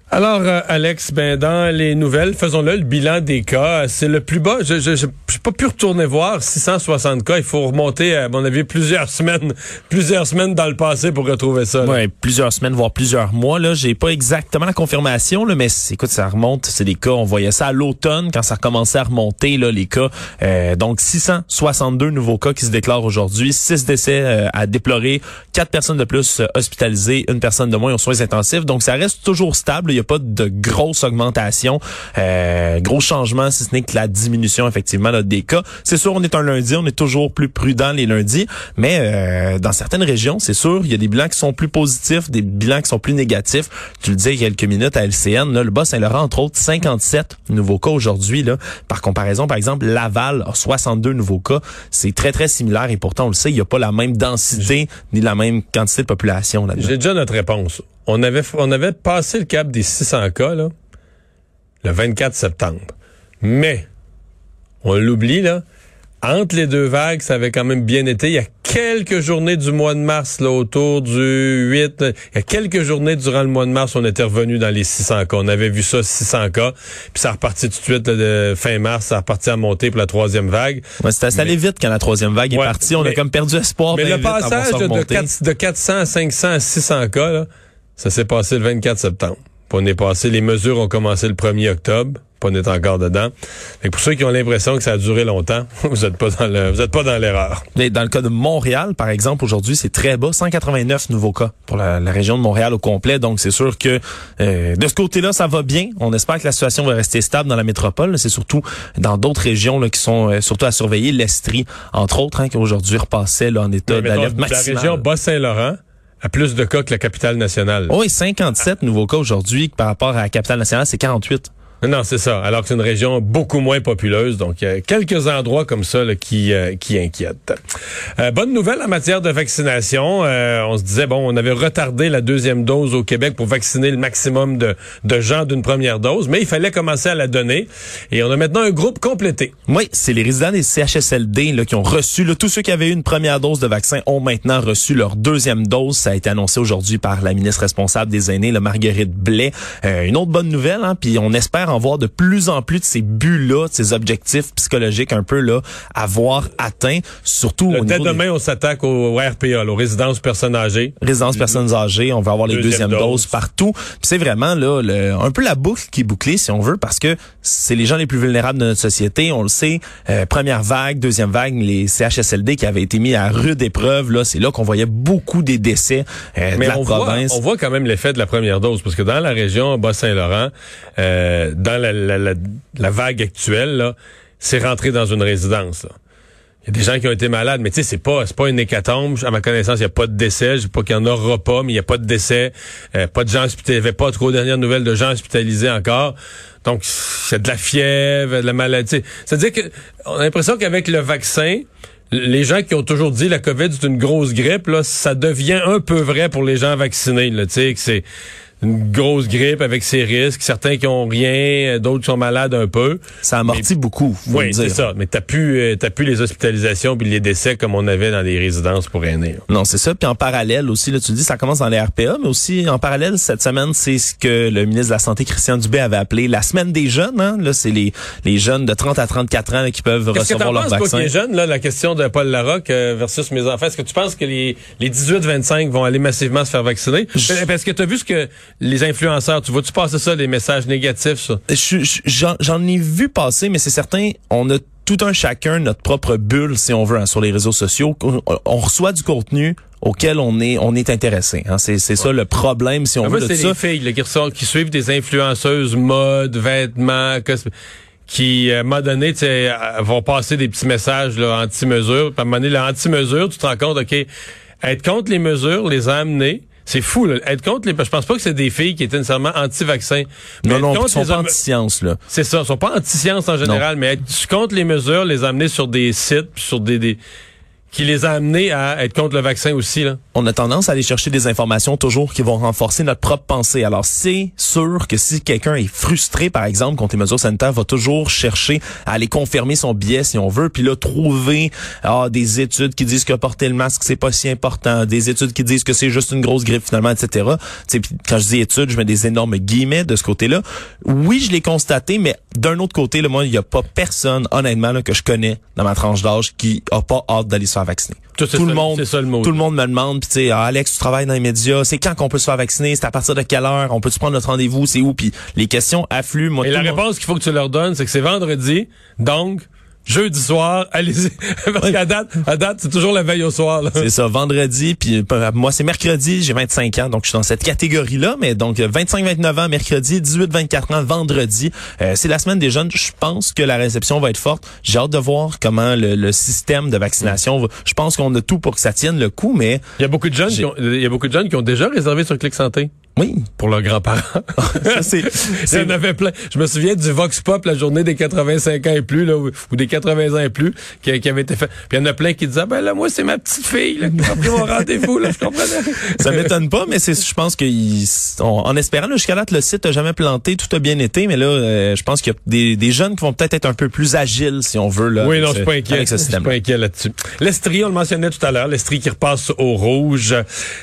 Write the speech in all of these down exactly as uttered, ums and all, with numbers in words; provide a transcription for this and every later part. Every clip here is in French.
Alors, euh, Alex, ben dans les nouvelles, faisons-le, le bilan des cas, c'est le plus bas. Je je, je, j'ai pas pu retourner voir six cent soixante cas. Il faut remonter, à mon avis, plusieurs semaines, plusieurs semaines dans le passé pour retrouver ça. Oui, plusieurs semaines, voire plusieurs mois. Là, j'ai pas exactement la confirmation, là, mais écoute, ça remonte. C'est des cas. On voyait ça à l'automne quand ça recommençait à remonter là, les cas. Euh, donc, six cent soixante-deux nouveaux cas qui se déclarent aujourd'hui, six décès euh, à déplorer, quatre personnes de plus euh, hospitalisées, une personne de moins aux soins intensifs. Donc, ça reste toujours stable. Il y a pas de grosse augmentation, euh, gros changement, si ce n'est que la diminution effectivement là, des cas. C'est sûr, on est un lundi, on est toujours plus prudent les lundis, mais euh, dans certaines régions, c'est sûr, il y a des bilans qui sont plus positifs, des bilans qui sont plus négatifs. Tu le disais il y a quelques minutes à L C N, là, le Bas-Saint-Laurent, entre autres, cinquante-sept nouveaux cas aujourd'hui. Là. Par comparaison, par exemple, Laval a soixante-deux nouveaux cas. C'est très, très similaire et pourtant, on le sait, il n'y a pas la même densité ni la même quantité de population là-dedans. J'ai déjà notre réponse. On avait, on avait passé le cap des six cents cas, là, le vingt-quatre septembre. Mais, on l'oublie, là, entre les deux vagues, ça avait quand même bien été. Il y a quelques journées du mois de mars, là, autour du huit, il y a quelques journées durant le mois de mars, on était revenu dans les six cents cas. On avait vu ça, six cents cas, puis ça repartit tout de suite, là, de fin mars, ça repartit à monter pour la troisième vague. Ouais, c'était mais, allé vite quand la troisième vague est ouais, partie. On mais, a comme perdu espoir. Mais le passage de, quatre, de quatre cents à cinq cents à six cents cas, là, ça s'est passé le vingt-quatre septembre. Puis on est passé, les mesures ont commencé le premier octobre. Puis on est encore dedans. Mais pour ceux qui ont l'impression que ça a duré longtemps, vous êtes pas dans le, vous êtes pas dans l'erreur. Mais dans le cas de Montréal, par exemple, aujourd'hui, c'est très bas, cent quatre-vingt-neuf nouveaux cas pour la, la région de Montréal au complet. Donc c'est sûr que euh, de ce côté-là, ça va bien. On espère que la situation va rester stable dans la métropole. C'est surtout dans d'autres régions là, qui sont euh, surtout à surveiller, l'Estrie, entre autres, hein, qui aujourd'hui repassait là, en état d'alerte maximale. La région Bas-Saint-Laurent a plus de cas que la capitale nationale. Oui, cinquante-sept ah. nouveaux cas aujourd'hui par rapport à la capitale nationale, c'est quarante-huit. Non, c'est ça. Alors que c'est une région beaucoup moins populeuse. Donc, il y a quelques endroits comme ça là, qui euh, qui inquiètent. Euh, bonne nouvelle en matière de vaccination. Euh, on se disait, bon, on avait retardé la deuxième dose au Québec pour vacciner le maximum de, de gens d'une première dose, mais il fallait commencer à la donner. Et on a maintenant un groupe complété. Oui, c'est les résidents des C H S L D là, qui ont reçu, là, tous ceux qui avaient eu une première dose de vaccin ont maintenant reçu leur deuxième dose. Ça a été annoncé aujourd'hui par la ministre responsable des Aînés, la Marguerite Blais. Euh, une autre bonne nouvelle, hein, puis on espère en voir de plus en plus de ces buts-là, de ces objectifs psychologiques un peu là, à voir atteints, surtout le, au dès niveau demain, des... on s'attaque au R P A, là, aux résidences personnes âgées. Résidences personnes âgées, on va avoir les deuxièmes dose. doses partout. Puis c'est vraiment là le, un peu la boucle qui est bouclée, si on veut, parce que c'est les gens les plus vulnérables de notre société. On le sait, euh, première vague, deuxième vague, les C H S L D qui avaient été mis à rude épreuve, là, c'est là qu'on voyait beaucoup des décès euh, Mais de la on province. Voit, on voit quand même l'effet de la première dose, parce que dans la région Bas-Saint-Laurent, euh, dans la, la, la, la vague actuelle, là, c'est rentré dans une résidence. Là. Il y a des gens qui ont été malades, mais tu sais, c'est pas, c'est pas une hécatombe. À ma connaissance, il n'y a pas de décès. Je sais pas qu'il y en aura pas, mais il n'y a pas de décès. Euh, pas de gens hospitalisés. Il n'y avait pas trop dernières nouvelles de gens hospitalisés encore. Donc, c'est de la fièvre, de la maladie. C'est-à-dire que, on a l'impression qu'avec le vaccin, les gens qui ont toujours dit la COVID c'est une grosse grippe, là, ça devient un peu vrai pour les gens vaccinés, là, tu sais, que c'est une grosse grippe avec ses risques, certains qui ont rien, d'autres qui sont malades un peu. Ça amortit mais, beaucoup, faut oui, le dire. c'est ça. Mais t'as plus, euh, t'as plus les hospitalisations puis les décès comme on avait dans les résidences pour aînés. Là. Non, c'est ça. Puis en parallèle aussi, là, tu dis, ça commence dans les R P A, mais aussi en parallèle cette semaine, c'est ce que le ministre de la Santé, Christian Dubé, avait appelé la semaine des jeunes. Hein? Là, c'est les les jeunes de trente à trente-quatre ans là, qui peuvent Qu'est-ce recevoir leur vaccin. Qu'est-ce que t'en penses, toi, qui es jeune, là, la question de Paul Larocque euh, versus mes enfants. Est-ce que tu penses que les les dix-huit vingt-cinq vont aller massivement se faire vacciner? Je... Parce que t'as vu ce que les influenceurs, tu vois-tu passer ça, des messages négatifs, ça? Je, je, j'en, j'en ai vu passer, mais c'est certain, on a tout un chacun notre propre bulle, si on veut, hein, sur les réseaux sociaux. On, on reçoit du contenu auquel on est on est intéressé. Hein. C'est c'est ouais. ça le problème, si on en veut, fait, de c'est ça. les filles là, qui, ressortent, qui suivent des influenceuses mode, vêtements, cosm... qui, à un moment donné, tu sais, vont passer des petits messages là, anti-mesures. Puis à un moment donné, l'anti-mesure, tu te rends compte, OK, être contre les mesures, les amener. C'est fou, là. Être contre les... Je pense pas que c'est des filles qui étaient nécessairement anti-vaccin. Non, non, ils sont pas anti-science, là. C'est ça. Ils sont pas anti-science en général, non. Mais être contre les mesures, les amener sur des sites, sur des... des... qui les a amenés à être contre le vaccin aussi, là. On a tendance à aller chercher des informations toujours qui vont renforcer notre propre pensée. Alors, c'est sûr que si quelqu'un est frustré, par exemple, contre les mesures sanitaires, va toujours chercher à aller confirmer son biais, si on veut, puis là, trouver ah, des études qui disent que porter le masque, c'est pas si important, des études qui disent que c'est juste une grosse grippe, finalement, et cetera. Tu sais, quand je dis études, je mets des énormes guillemets de ce côté-là. Oui, je l'ai constaté, mais d'un autre côté, là, moi, il y a pas personne, honnêtement, là, que je connais dans ma tranche d'âge qui a pas hâte d'aller se faire vacciner. Tout, tout le ça, monde, ça, le mot, tout le monde me demande, puis tu sais, ah, Alex, tu travailles dans les médias, c'est quand qu'on peut se faire vacciner, c'est à partir de quelle heure, on peut-tu prendre notre rendez-vous, c'est où, puis les questions affluent. Moi, et la réponse monde... qu'il faut que tu leur donnes, c'est que c'est vendredi, donc jeudi soir, allez-y. Parce oui. qu'à date, à date, c'est toujours la veille au soir. Là. C'est ça, vendredi, puis moi c'est mercredi, j'ai vingt-cinq ans, donc je suis dans cette catégorie-là, mais donc vingt-cinq vingt-neuf ans, mercredi, dix-huit vingt-quatre ans, vendredi. Euh, c'est la semaine des jeunes, je pense que la réception va être forte. J'ai hâte de voir comment le, le système de vaccination va. Je pense qu'on a tout pour que ça tienne le coup, mais... Il y a beaucoup de jeunes, qui ont, il y a beaucoup de jeunes qui ont déjà réservé sur Clic Santé. Oui. Pour leurs grands-parents. Ça, c'est, c'est... Il y en avait plein. Je me souviens du Vox Pop, la journée des quatre-vingt-cinq ans et plus, là, ou, ou des quatre-vingts ans et plus, qui, qui avait été fait. Puis il y en a plein qui disaient, ben là, moi, c'est ma petite fille, là, qui a pris mon rendez-vous, là, je comprenais. Ça m'étonne pas, mais c'est, je pense que, en espérant, là, jusqu'à date, le site a jamais planté, tout a bien été, mais là, euh, je pense qu'il y a des, des jeunes qui vont peut-être être un peu plus agiles, si on veut, là. Oui, non, je suis pas inquiet. Avec ce système. Je suis pas inquiet là-dessus. L'Estrie, on le mentionnait tout à l'heure, l'Estrie qui repasse au rouge.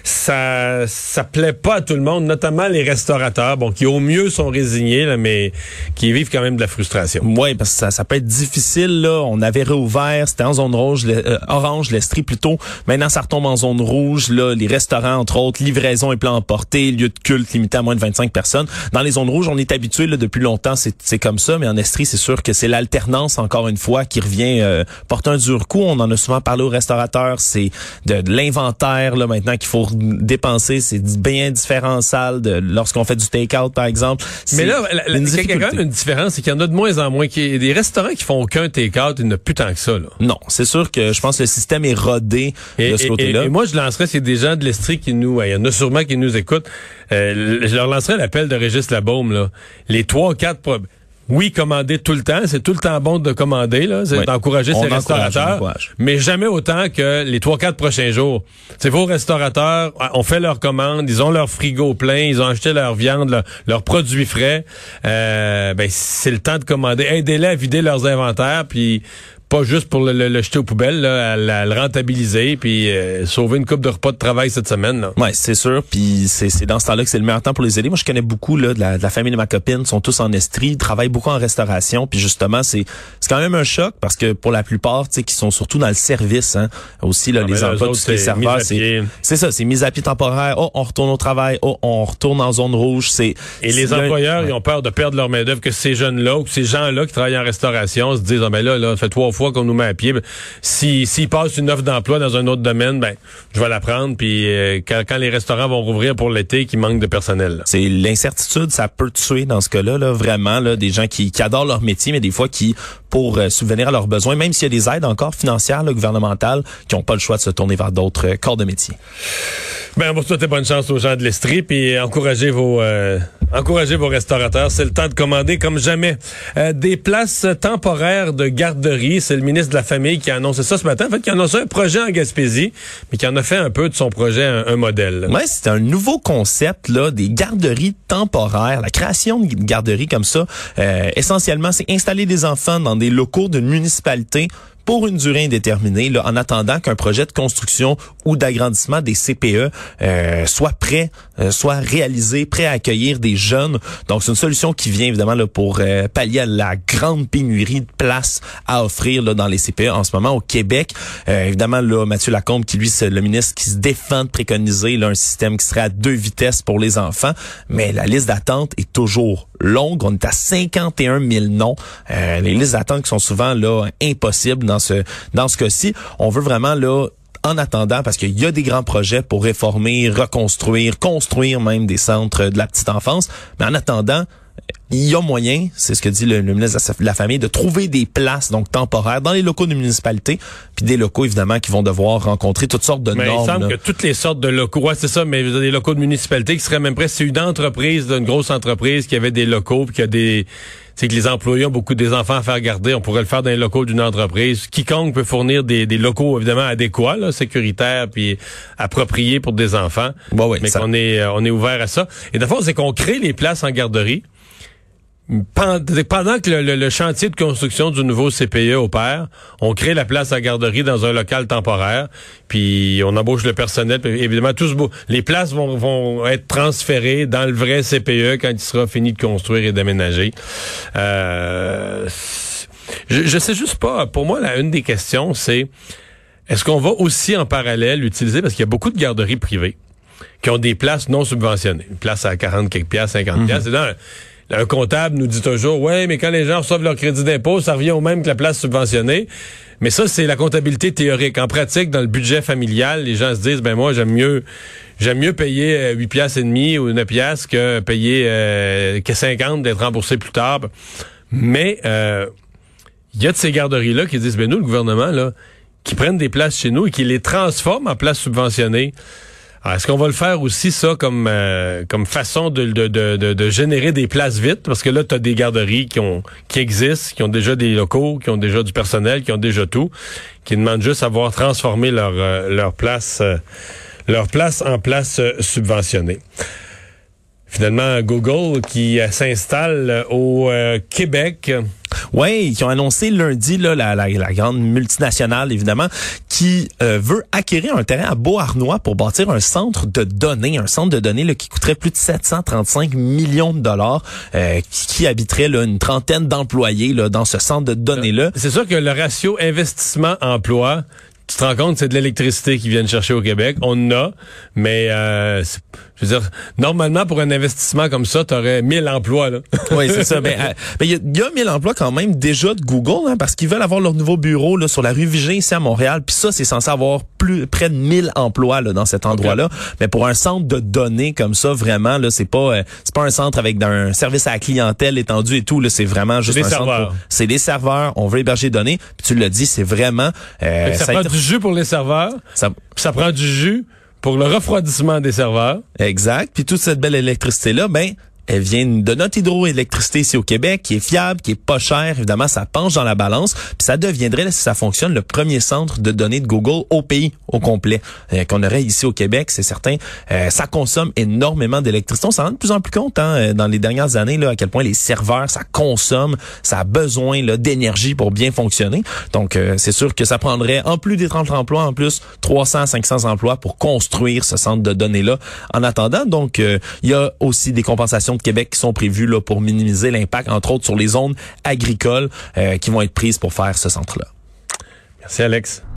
Ça, ça plaît pas à tout le monde, notamment les restaurateurs, bon, qui au mieux sont résignés, là, mais qui vivent quand même de la frustration. Oui, parce que ça, ça peut être difficile, là. On avait réouvert, c'était en zone rouge, le, euh, orange, l'Estrie plutôt. Maintenant, ça retombe en zone rouge, là. Les restaurants, entre autres, livraison et plans emportés, lieu de culte limité à moins de vingt-cinq personnes. Dans les zones rouges, on est habitué, là, depuis longtemps, c'est, c'est comme ça, mais en Estrie, c'est sûr que c'est l'alternance, encore une fois, qui revient euh, porter un dur coup. On en a souvent parlé aux restaurateurs, c'est de, de l'inventaire, là, maintenant, qu'il faut dépenser. C'est bien différent salles de lorsqu'on fait du take-out, par exemple. Mais là, la, la, il y a quand même une différence, c'est qu'il y en a de moins en moins. Qu'il y a des restaurants qui font aucun take-out, il n'y en a plus tant que ça, là. Non, c'est sûr que je pense que le système est rodé et, de ce et, côté-là. Et, et moi, je lancerais, c'est des gens de l'Estrie qui nous, il y en a sûrement qui nous écoutent, euh, je leur lancerais l'appel de Régis Labaume, là. Les trois, quatre, pro- oui, commander tout le temps. C'est tout le temps bon de commander, là. C'est oui. d'encourager ces restaurateurs. Mais jamais autant que les trois, quatre prochains jours. C'est vos restaurateurs ont fait leurs commandes, ils ont leur frigo plein, ils ont acheté leur viande, leur, leurs produits frais. Euh, ben, c'est le temps de commander. Aidez-les à vider leurs inventaires, puis pas juste pour le, le, le jeter aux poubelles, là, à, à le rentabiliser, puis euh, sauver une coupe de repas de travail cette semaine. Là. Ouais, c'est sûr. Puis c'est, c'est dans ce temps-là que c'est le meilleur temps pour les aider. Moi, je connais beaucoup là de la, de la famille de ma copine, sont tous en Estrie, ils travaillent beaucoup en restauration. Puis justement, c'est c'est quand même un choc parce que pour la plupart, tu sais, qui sont surtout dans le service, hein, aussi là, ah, les emplois, tous les serveurs, c'est c'est ça, c'est mise à pied temporaire. Oh, on retourne au travail. Oh, on retourne en zone rouge. C'est et les employeurs, ouais. ils ont peur de perdre leur main d'œuvre, que ces jeunes-là ou que ces gens-là qui travaillent en restauration se disent, ah ben là, là, fait trois fois qu'on nous met à pied. Ben, si s'ils passent une offre d'emploi dans un autre domaine, ben je vais la prendre. Puis euh, quand, quand les restaurants vont rouvrir pour l'été, qu'il manque de personnel. Là. C'est l'incertitude, ça peut tuer dans ce cas-là, là, vraiment, là, des gens qui, qui adorent leur métier, mais des fois qui, pour euh, subvenir à leurs besoins, même s'il y a des aides encore financières, là, gouvernementales, qui n'ont pas le choix de se tourner vers d'autres euh, corps de métier. Ben, on va souhaiter bonne chance aux gens de l'Estrie, puis encourager vos euh, encourager vos restaurateurs. C'est le temps de commander comme jamais. Euh, des places temporaires de garderie, c'est le ministre de la Famille qui a annoncé ça ce matin. En fait, qui a annoncé un projet en Gaspésie, mais qui en a fait un peu de son projet un, un modèle. Ouais, c'est un nouveau concept là, des garderies temporaires. La création de garderies comme ça, euh, essentiellement, c'est installer des enfants dans des locaux d'une municipalité pour une durée indéterminée, là, en attendant qu'un projet de construction ou d'agrandissement des C P E euh, soit prêt, euh, soit réalisé, prêt à accueillir des jeunes. Donc, c'est une solution qui vient évidemment là pour euh, pallier à la grande pénurie de places à offrir là dans les C P E en ce moment au Québec. Euh, évidemment, là, Mathieu Lacombe, qui lui, c'est le ministre qui se défend de préconiser là, un système qui serait à deux vitesses pour les enfants, mais la liste d'attente est toujours longue. On est à cinquante et un mille noms. Euh, les listes d'attente qui sont souvent là impossibles dans ce dans ce cas-ci. On veut vraiment là en attendant, parce qu'il y a des grands projets pour réformer, reconstruire, construire même des centres de la petite enfance, mais en attendant, il y a moyen, c'est ce que dit le, le ministre de la Famille, de trouver des places donc temporaires dans les locaux de municipalité, puis des locaux évidemment qui vont devoir rencontrer toutes sortes de mais normes. Il semble là. que toutes les sortes de locaux, ouais, c'est ça, mais des locaux de municipalité qui seraient même presque c'est une entreprise, une grosse entreprise qui avait des locaux, puis qui a des, c'est que les employés ont beaucoup des enfants à faire garder. On pourrait le faire dans les locaux d'une entreprise. Quiconque peut fournir des, des locaux évidemment adéquats, là, sécuritaires, puis appropriés pour des enfants. Ouais, ouais, mais ça... qu'on est, on est ouvert à ça. Et de fond, c'est qu'on crée les places en garderie. Pendant que le, le, le chantier de construction du nouveau C P E opère, on crée la place à garderie dans un local temporaire, puis on embauche le personnel. Puis évidemment, tous les places vont, vont être transférées dans le vrai C P E quand il sera fini de construire et d'aménager. Euh, je, je sais juste pas. Pour moi, là, une des questions, c'est est-ce qu'on va aussi en parallèle utiliser, parce qu'il y a beaucoup de garderies privées qui ont des places non subventionnées, une place à quarante quelques piastres, cinquante piastres. C'est dans un, Un comptable nous dit toujours, ouais, mais quand les gens reçoivent leur crédit d'impôt, ça revient au même que la place subventionnée. Mais ça, c'est la comptabilité théorique. En pratique, dans le budget familial, les gens se disent, ben moi, j'aime mieux, j'aime mieux payer huit piastres et demi ou neuf piastres que payer euh, que cinquante, d'être remboursé plus tard. Mais euh, il y a de ces garderies-là qui disent, ben nous, le gouvernement, là, qui prennent des places chez nous et qui les transforment en places subventionnées. Alors, est-ce qu'on va le faire aussi, ça, comme euh, comme façon de, de, de, de, de générer des places vite? Parce que là, tu as des garderies qui ont qui existent, qui ont déjà des locaux, qui ont déjà du personnel, qui ont déjà tout, qui demandent juste à voir transformer leur, euh, leur place euh, leur place en place euh, subventionnée. Finalement, Google qui euh, s'installe au euh, Québec. Oui, qui ont annoncé lundi là, la, la, la grande multinationale, évidemment, qui euh, veut acquérir un terrain à Beauharnois pour bâtir un centre de données, un centre de données là, qui coûterait plus de sept cent trente-cinq millions de dollars, euh, qui, qui habiterait là, une trentaine d'employés là, dans ce centre de données-là. C'est sûr que le ratio investissement-emploi, tu te rends compte, c'est de l'électricité qu'ils viennent chercher au Québec. On en a, mais euh, je veux dire, normalement, pour un investissement comme ça, tu aurais mille emplois. Là. Oui, c'est ça. Ben, euh, ben, y a, y a mille emplois quand même déjà de Google, hein, parce qu'ils veulent avoir leur nouveau bureau là, sur la rue Vigée, ici à Montréal. Puis ça, c'est censé avoir plus près de mille emplois là, dans cet endroit-là. Okay. Mais pour un centre de données comme ça, vraiment, là, c'est pas euh, c'est pas un centre avec un service à la clientèle étendu et tout. Là, c'est vraiment juste des un serveurs. centre. Pour, c'est des serveurs. On veut héberger des données. Puis tu l'as dit, c'est vraiment. Euh, ça, ça prend été... du jus pour les serveurs. Ça, ça prend du jus pour le refroidissement des serveurs. Exact. Puis toute cette belle électricité-là, ben, elle vient de notre hydroélectricité ici au Québec, qui est fiable, qui est pas chère. Évidemment, ça penche dans la balance. Puis ça deviendrait, si ça fonctionne, le premier centre de données de Google au pays au complet euh, qu'on aurait ici au Québec, c'est certain. Euh, ça consomme énormément d'électricité. On s'en rend de plus en plus compte hein, dans les dernières années là, à quel point les serveurs, ça consomme, ça a besoin là, d'énergie pour bien fonctionner. Donc, euh, c'est sûr que ça prendrait, en plus des trente emplois, en plus trois cents à cinq cents emplois pour construire ce centre de données-là. En attendant, donc, il euh, y a aussi des compensations de Québec qui sont prévues là, pour minimiser l'impact, entre autres sur les zones agricoles euh, qui vont être prises pour faire ce centre-là. Merci, Alex.